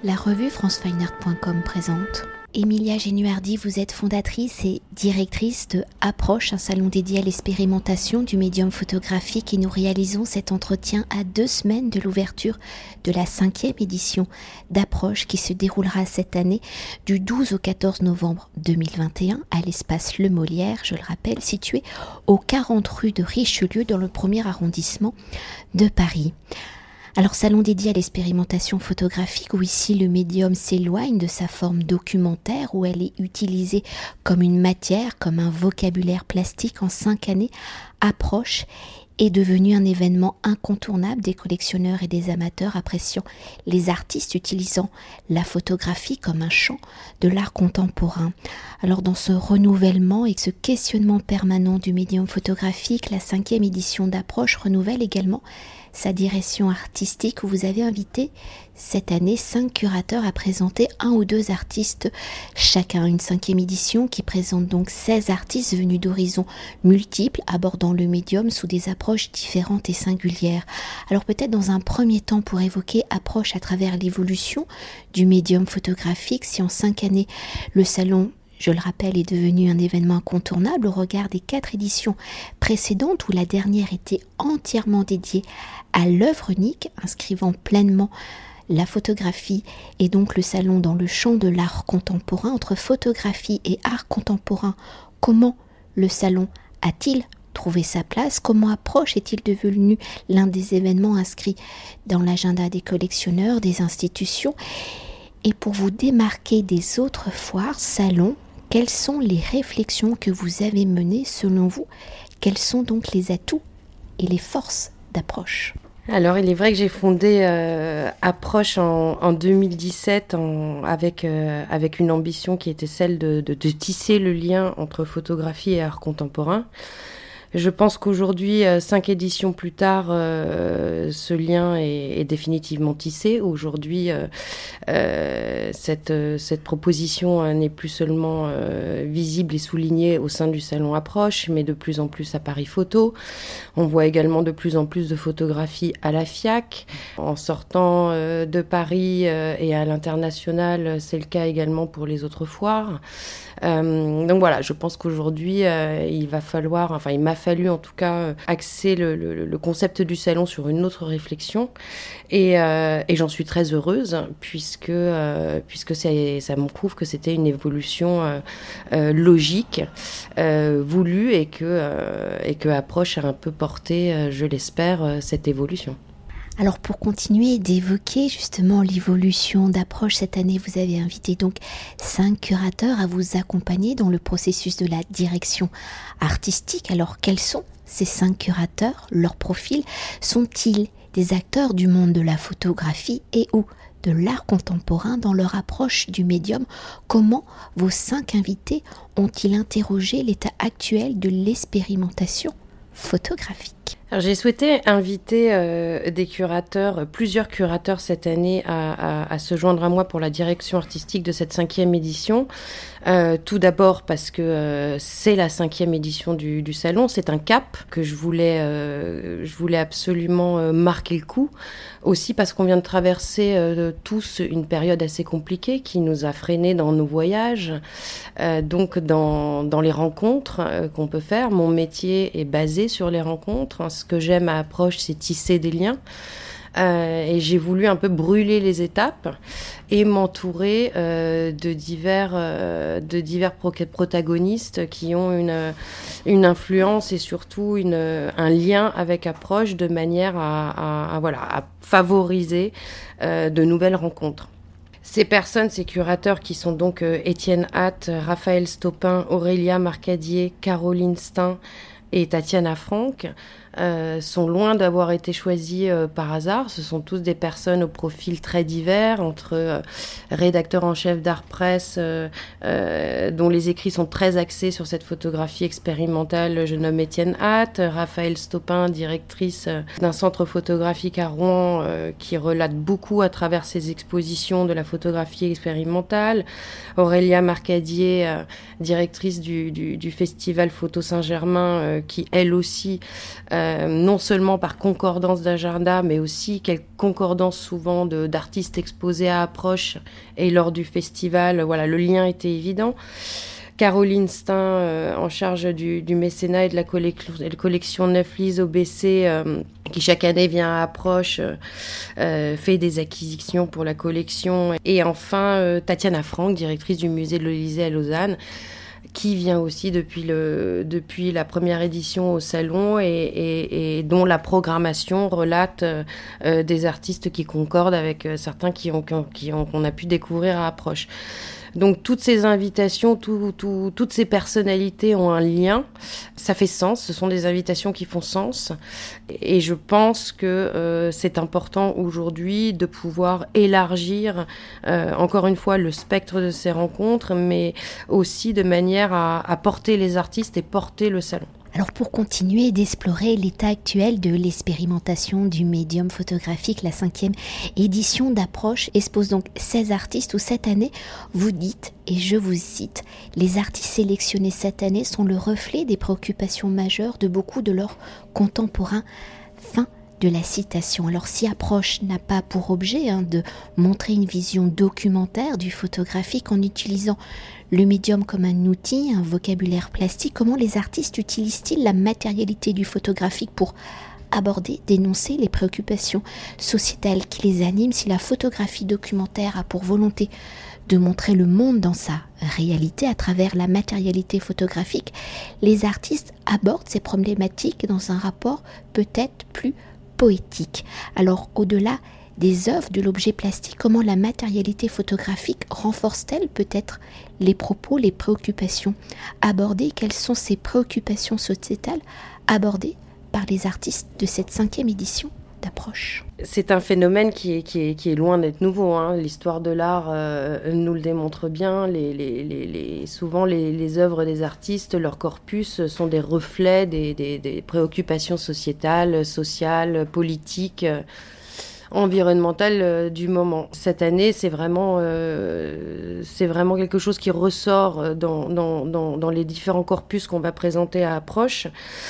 La revue francefineart.com présente. Emilia Genuardi, vous êtes fondatrice et directrice de Approche, un salon dédié à l'expérimentation du médium photographique, et nous réalisons cet entretien à 2 semaines de l'ouverture de la 5e édition d'Approche qui se déroulera cette année du 12 au 14 novembre 2021 à l'espace Le Molière, je le rappelle, situé aux 40 rue de Richelieu dans le 1er arrondissement de Paris. Alors, salon dédié à l'expérimentation photographique où ici le médium s'éloigne de sa forme documentaire où elle est utilisée comme une matière, comme un vocabulaire plastique en 5 années, Approche est devenu un événement incontournable des collectionneurs et des amateurs appréciant les artistes utilisant la photographie comme un champ de l'art contemporain. Alors dans ce renouvellement et ce questionnement permanent du médium photographique, la 5e édition d'Approche renouvelle également sa direction artistique où vous avez invité cette année 5 curateurs à présenter 1 ou 2 artistes chacun. Une 5e édition qui présente donc 16 artistes venus d'horizons multiples abordant le médium sous des approches différentes et singulières. Alors peut-être dans un premier temps pour évoquer Approche à travers l'évolution du médium photographique, si en 5 années le salon, je le rappelle, est devenu un événement incontournable au regard des 4 éditions précédentes où la dernière était entièrement dédiée à l'œuvre unique, inscrivant pleinement la photographie et donc le salon dans le champ de l'art contemporain. Entre photographie et art contemporain, comment le salon a-t-il trouvé sa place? Comment Approche est-il devenu l'un des événements inscrits dans l'agenda des collectionneurs, des institutions? Et pour vous démarquer des autres foires, salons, quelles sont les réflexions que vous avez menées selon vous? Quels sont donc les atouts et les forces d'Approche? Alors, il est vrai que j'ai fondé Approche en 2017 avec une ambition qui était celle de tisser le lien entre photographie et art contemporain. Je pense qu'aujourd'hui, 5 éditions plus tard, ce lien est définitivement tissé. Aujourd'hui, cette proposition n'est plus seulement visible et soulignée au sein du salon Approche, mais de plus en plus à Paris Photo. On voit également de plus en plus de photographies à la FIAC. En sortant de Paris et à l'international, c'est le cas également pour les autres foires. Donc voilà, je pense qu'aujourd'hui, il m'a fallu en tout cas axer le concept du salon sur une autre réflexion et j'en suis très heureuse puisque ça me prouve que c'était une évolution logique, voulue et que Approche a un peu porté, je l'espère, cette évolution. Alors pour continuer d'évoquer justement l'évolution d'Approche, cette année vous avez invité donc 5 curateurs à vous accompagner dans le processus de la direction artistique. Alors quels sont ces 5 curateurs? Leurs profils sont-ils des acteurs du monde de la photographie et ou de l'art contemporain dans leur approche du médium? Comment vos 5 invités ont-ils interrogé l'état actuel l'expérimentation photographique? Alors, j'ai souhaité inviter plusieurs curateurs cette année à se joindre à moi pour la direction artistique de cette 5e édition. Tout d'abord parce que c'est la 5e édition du salon, c'est un cap que je voulais absolument marquer le coup. Aussi parce qu'on vient de traverser tous une période assez compliquée qui nous a freinés dans nos voyages, donc dans les rencontres qu'on peut faire. Mon métier est basé sur les rencontres. Ce que j'aime à Approche, c'est tisser des liens. Et j'ai voulu un peu brûler les étapes et m'entourer de divers protagonistes qui ont une influence et surtout un lien avec Approche de manière à favoriser de nouvelles rencontres. Ces personnes, ces curateurs qui sont donc Étienne Hatt, Raphaël Stopin, Aurélia Marcadier, Caroline Stein et Tatiana Franck, sont loin d'avoir été choisis par hasard. Ce sont tous des personnes au profil très divers, entre rédacteurs en chef d'Art Presse, dont les écrits sont très axés sur cette photographie expérimentale. Je nomme Étienne Hatt, Raphaël Stopin, directrice d'un centre photographique à Rouen, qui relate beaucoup à travers ses expositions de la photographie expérimentale. Aurélia Marcadier, directrice du festival Photo Saint-Germain, qui elle aussi non seulement par concordance d'agenda, mais aussi quelle concordance souvent d'artistes exposés à Approche et lors du festival. Voilà, le lien était évident. Caroline Stein, en charge du mécénat et de la collection Neuflis OBC, qui chaque année vient à Approche, fait des acquisitions pour la collection. Et enfin, Tatiana Franck, directrice du musée de l'Élysée à Lausanne, qui vient aussi depuis la première édition au salon et dont la programmation relate des artistes qui concordent avec certains qu'on a pu découvrir à Approche. Donc toutes ces invitations, toutes ces personnalités ont un lien, ça fait sens, ce sont des invitations qui font sens et je pense que c'est important aujourd'hui de pouvoir élargir encore une fois le spectre de ces rencontres, mais aussi de manière à porter les artistes et porter le salon. Alors pour continuer d'explorer l'état actuel de l'expérimentation du médium photographique, la 5e édition d'Approche expose donc 16 artistes où cette année, vous dites, et je vous cite, « Les artistes sélectionnés cette année sont le reflet des préoccupations majeures de beaucoup de leurs contemporains. » Fin de la citation. Alors si Approche n'a pas pour objet de montrer une vision documentaire du photographique en utilisant le médium comme un outil, un vocabulaire plastique, comment les artistes utilisent-ils la matérialité du photographique pour aborder, dénoncer les préoccupations sociétales qui les animent? Si la photographie documentaire a pour volonté de montrer le monde dans sa réalité à travers la matérialité photographique, les artistes abordent ces problématiques dans un rapport peut-être plus poétique. Alors, au-delà des œuvres de l'objet plastique, comment la matérialité photographique renforce-t-elle peut-être les propos, les préoccupations abordées? Quelles sont ces préoccupations sociétales abordées par les artistes de cette 5e édition d'Approche? C'est un phénomène qui est loin d'être nouveau. L'histoire de l'art nous le démontre bien. Souvent, les œuvres des artistes, leur corpus, sont des reflets des préoccupations sociétales, sociales, politiques, environnementales du moment. Cette année, c'est vraiment quelque chose qui ressort dans les différents corpus qu'on va présenter à Approche.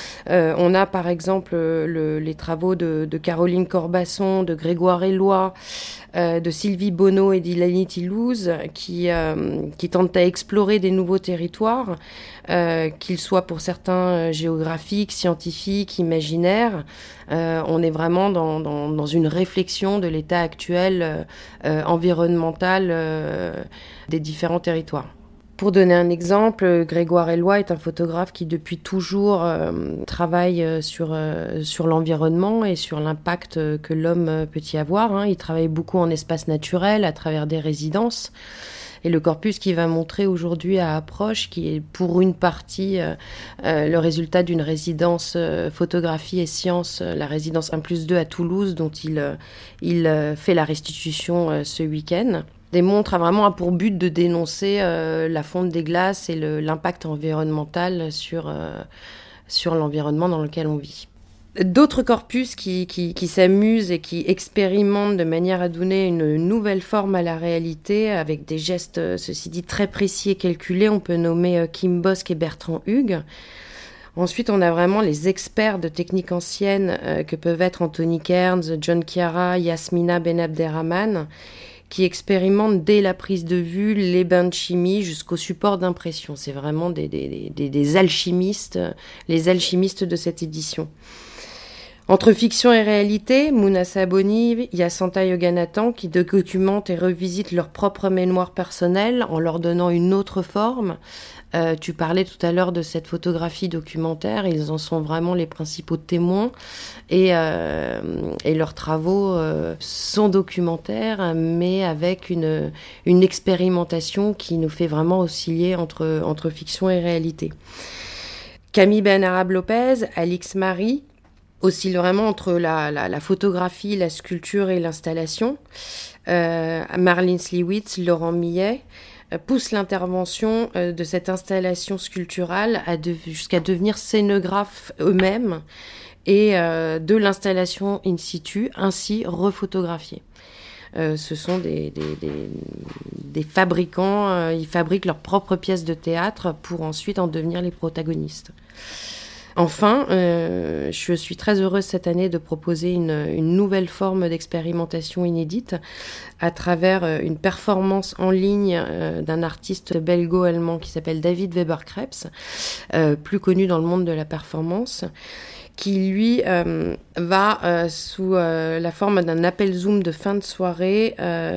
On a par exemple les travaux de Caroline Corbasson, de Grégoire Eloi, de Sylvie Bonneau et d'Ilani Tilouz qui tentent à explorer des nouveaux territoires, qu'ils soient pour certains géographiques, scientifiques, imaginaires. On est vraiment dans une réflexion de l'état actuel environnemental des différents territoires. Pour donner un exemple, Grégoire Eloi est un photographe qui depuis toujours travaille sur l'environnement et sur l'impact que l'homme peut y avoir. Il travaille beaucoup en espace naturel à travers des résidences. Et le corpus qu'il va montrer aujourd'hui à Approche, qui est pour une partie le résultat d'une résidence photographie et sciences, la résidence 1+2 à Toulouse, dont il fait la restitution ce week-end, démontre vraiment pour but de dénoncer la fonte des glaces et l'impact environnemental sur l'environnement dans lequel on vit. D'autres corpus qui s'amusent et qui expérimentent de manière à donner une nouvelle forme à la réalité avec des gestes, ceci dit, très précis et calculés. On peut nommer Kim Bosque et Bertrand Hugues. Ensuite, on a vraiment les experts de techniques anciennes que peuvent être Anthony Kearns, John Chiara, Yasmina Benabderrahman, qui expérimentent dès la prise de vue les bains de chimie jusqu'au support d'impression. C'est vraiment des alchimistes, les alchimistes de cette édition. Entre fiction et réalité, Mouna Saboni, Yasanta Yoganathan qui documentent et revisitent leur propre mémoire personnelle en leur donnant une autre forme. Tu parlais tout à l'heure de cette photographie documentaire, ils en sont vraiment les principaux témoins et leurs travaux sont documentaires mais avec une expérimentation qui nous fait vraiment osciller entre fiction et réalité. Camille Benarab-Lopez, Alix Marie oscille vraiment entre la photographie, la sculpture et l'installation. Marlene Sliwitz, Laurent Millet poussent l'intervention de cette installation sculpturale jusqu'à devenir scénographes eux-mêmes et de l'installation in situ, ainsi refotographiée. Ce sont des fabricants, ils fabriquent leurs propres pièces de théâtre pour ensuite en devenir les protagonistes. Enfin, je suis très heureuse cette année de proposer une nouvelle forme d'expérimentation inédite à travers une performance en ligne d'un artiste belgo-allemand qui s'appelle David Weber-Krebs, plus connu dans le monde de la performance, qui lui va sous la forme d'un appel Zoom de fin de soirée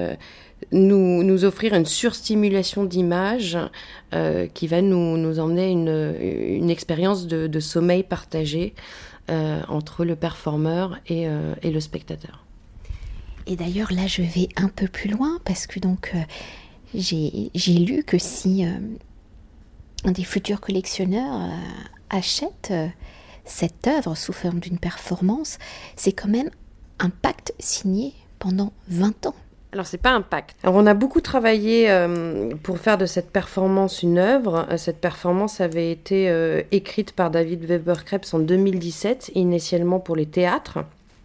nous offrir une surstimulation d'images qui va nous emmener une expérience de sommeil partagé entre le performeur et le spectateur. Et d'ailleurs, là, je vais un peu plus loin parce que donc j'ai lu que si un des futurs collectionneurs achète cette œuvre sous forme d'une performance, c'est quand même un pacte signé pendant 20 ans. Alors, c'est pas un pacte. Alors, on a beaucoup travaillé pour faire de cette performance une œuvre. Cette performance avait été écrite par David Weber-Krebs en 2017, initialement pour les théâtres.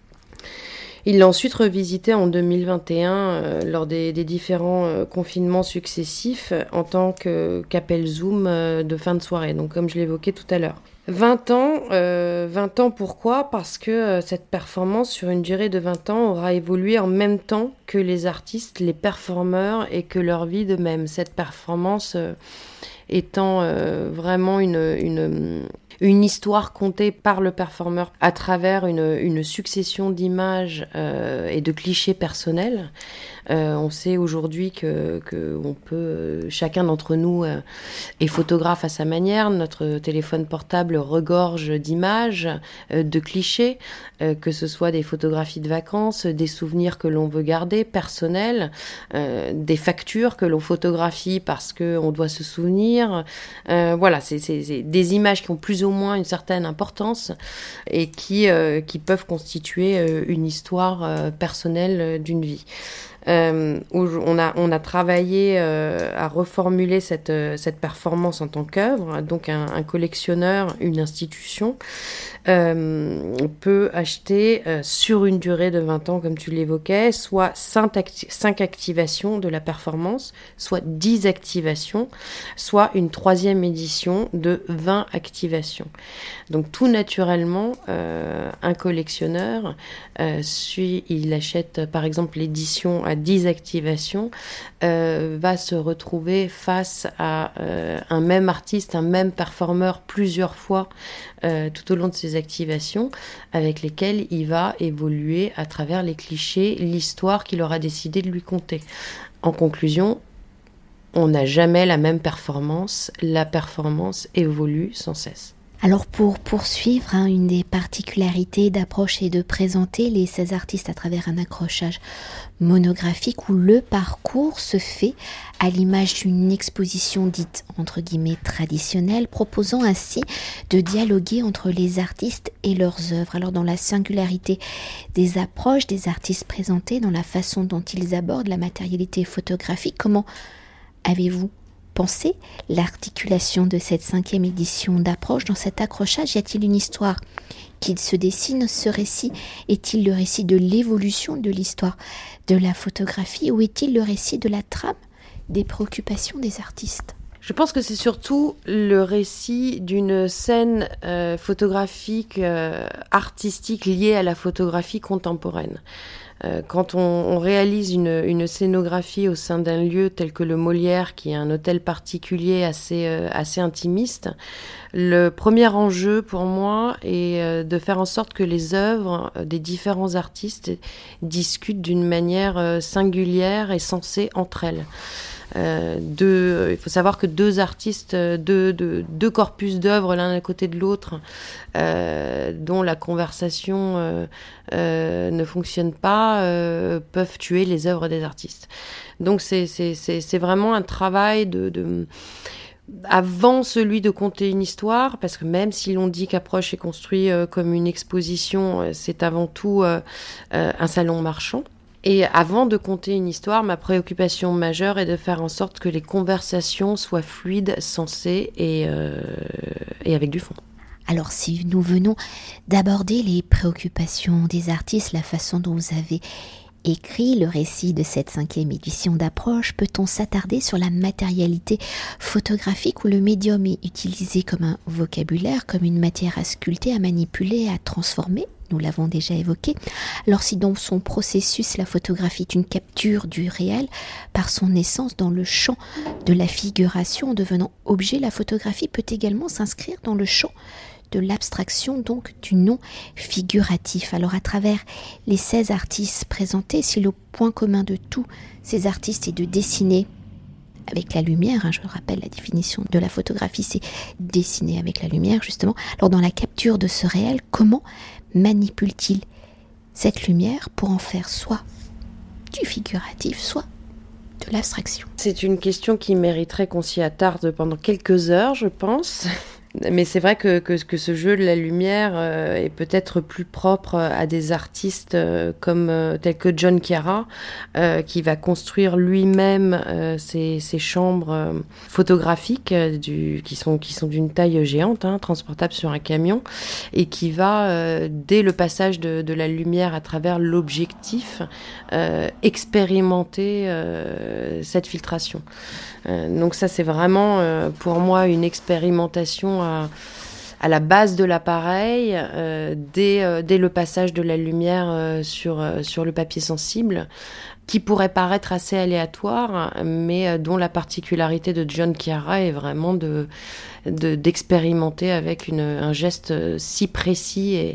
Il l'a ensuite revisitée en 2021 lors des différents confinements successifs en tant qu'appel Zoom de fin de soirée, donc comme je l'évoquais tout à l'heure. 20 ans pourquoi ? Parce que cette performance sur une durée de 20 ans aura évolué en même temps que les artistes, les performeurs et que leur vie de même. Cette performance étant vraiment une histoire contée par le performeur à travers une succession d'images et de clichés personnels. On sait aujourd'hui que on peut, chacun d'entre nous est photographe à sa manière. Notre téléphone portable regorge d'images, de clichés, que ce soit des photographies de vacances, des souvenirs que l'on veut garder, personnels, des factures que l'on photographie parce qu'on doit se souvenir. Voilà, c'est des images qui ont plus ou moins une certaine importance et qui peuvent constituer une histoire personnelle d'une vie. On a travaillé à reformuler cette performance en tant qu'œuvre. Donc un collectionneur, une institution peut acheter sur une durée de 20 ans, comme tu l'évoquais, soit 5 activations de la performance, soit 10 activations, soit une 3e édition de 20 activations. Donc tout naturellement, un collectionneur, il achète par exemple l'édition à 10 activations, va se retrouver face à un même artiste, un même performeur plusieurs fois tout au long de ses activations, avec lesquelles il va évoluer à travers les clichés, l'histoire qu'il aura décidé de lui conter. En conclusion, on n'a jamais la même performance, la performance évolue sans cesse. Alors pour poursuivre, une des particularités d'approche est de présenter ces artistes à travers un accrochage monographique où le parcours se fait à l'image d'une exposition dite entre guillemets traditionnelle, proposant ainsi de dialoguer entre les artistes et leurs œuvres. Alors dans la singularité des approches des artistes présentés, dans la façon dont ils abordent la matérialité photographique, comment avez-vous pensé l'articulation de cette 5e édition d'approche? Dans cet accrochage, y a-t-il une histoire qui se dessine? Ce récit est-il le récit de l'évolution de l'histoire de la photographie ou est-il le récit de la trame des préoccupations des artistes? Je pense que c'est surtout le récit d'une scène photographique, artistique liée à la photographie contemporaine. Quand on réalise une scénographie au sein d'un lieu tel que le Molière, qui est un hôtel particulier assez intimiste, le premier enjeu pour moi est de faire en sorte que les œuvres des différents artistes discutent d'une manière singulière et sensée entre elles. Il faut savoir que deux artistes, deux corpus d'œuvres l'un à côté de l'autre, dont la conversation ne fonctionne pas, peuvent tuer les œuvres des artistes. Donc c'est vraiment un travail avant celui de conter une histoire, parce que même si l'on dit qu'Approche est construit comme une exposition, c'est avant tout un salon marchand. Et avant de conter une histoire, ma préoccupation majeure est de faire en sorte que les conversations soient fluides, sensées et avec du fond. Alors si nous venons d'aborder les préoccupations des artistes, la façon dont vous avez écrit le récit de cette 5e édition d'Approche, peut-on s'attarder sur la matérialité photographique où le médium est utilisé comme un vocabulaire, comme une matière à sculpter, à manipuler, à transformer? Nous l'avons déjà évoqué. Alors si dans son processus, la photographie est une capture du réel, par son essence dans le champ de la figuration, en devenant objet, la photographie peut également s'inscrire dans le champ de l'abstraction, donc du non figuratif. Alors à travers les 16 artistes présentés, si le point commun de tous ces artistes est de dessiner avec la lumière, je rappelle la définition de la photographie, c'est dessiner avec la lumière justement. Alors dans la capture de ce réel, comment manipule-t-il cette lumière pour en faire soit du figuratif, soit de l'abstraction? C'est une question qui mériterait qu'on s'y attarde pendant quelques heures, je pense. Mais c'est vrai que ce jeu de la lumière est peut-être plus propre à des artistes tels que John Chiara, qui va construire lui-même ces chambres photographiques qui sont d'une taille géante, transportables sur un camion, et qui va, dès le passage de la lumière à travers l'objectif, expérimenter cette filtration. Donc ça, c'est vraiment pour moi une expérimentation à la base de l'appareil, dès le passage de la lumière sur le papier sensible, qui pourrait paraître assez aléatoire, mais dont la particularité de John Chiara est vraiment d'expérimenter avec un geste si précis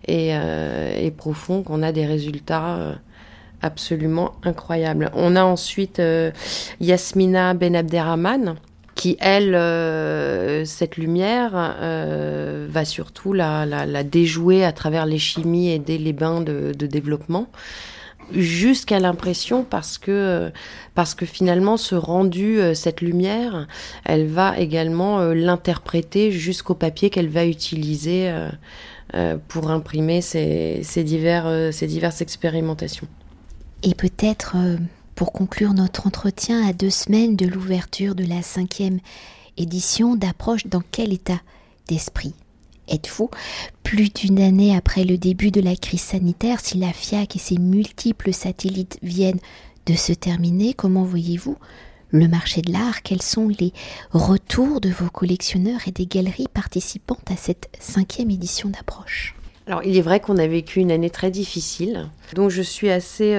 et profond qu'on a des résultats absolument incroyable. On a ensuite Yasmina Benabderrahman, qui, elle, cette lumière, va surtout la déjouer à travers les chimies et les bains de développement, jusqu'à l'impression, parce que finalement, ce rendu, cette lumière, elle va également l'interpréter jusqu'au papier qu'elle va utiliser pour imprimer ces diverses expérimentations. Et peut-être, pour conclure notre entretien à 2 semaines de l'ouverture de la 5e édition d'Approche, dans quel état d'esprit êtes-vous? Plus d'une année après le début de la crise sanitaire, si la FIAC et ses multiples satellites viennent de se terminer, comment voyez-vous le marché de l'art? Quels sont les retours de vos collectionneurs et des galeries participantes à cette 5e édition d'Approche? Alors, il est vrai qu'on a vécu une année très difficile, donc je suis assez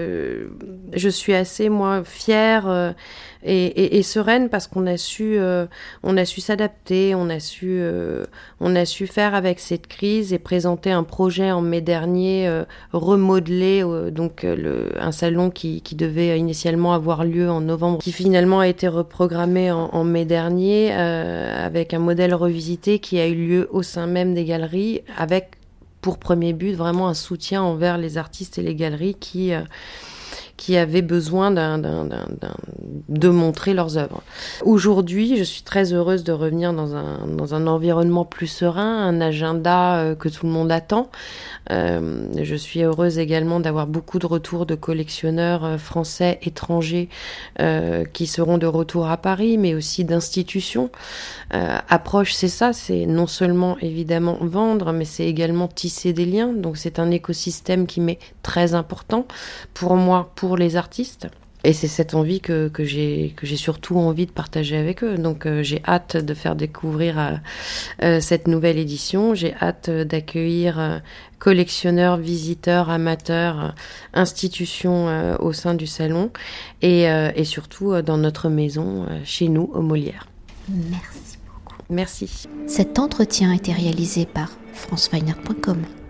moi fière et sereine, parce qu'on a su s'adapter, on a su faire avec cette crise et présenter un projet en mai dernier, remodelé, un salon qui devait initialement avoir lieu en novembre, qui finalement a été reprogrammé en mai dernier, avec un modèle revisité qui a eu lieu au sein même des galeries, avec pour premier but vraiment un soutien envers les artistes et les galeries qui avaient besoin de montrer leurs œuvres. Aujourd'hui, je suis très heureuse de revenir dans un environnement plus serein, un agenda que tout le monde attend. Je suis heureuse également d'avoir beaucoup de retours de collectionneurs français, étrangers, qui seront de retour à Paris, mais aussi d'institutions. Approche, c'est ça, c'est non seulement évidemment vendre, mais c'est également tisser des liens. Donc c'est un écosystème qui m'est très important pour moi, pour les artistes. Et c'est cette envie que j'ai surtout envie de partager avec eux. Donc j'ai hâte de faire découvrir cette nouvelle édition. J'ai hâte d'accueillir collectionneurs, visiteurs, amateurs, institutions au sein du salon et surtout dans notre maison, chez nous, au Molière. Merci beaucoup. Merci. Cet entretien a été réalisé par franceweiner.com.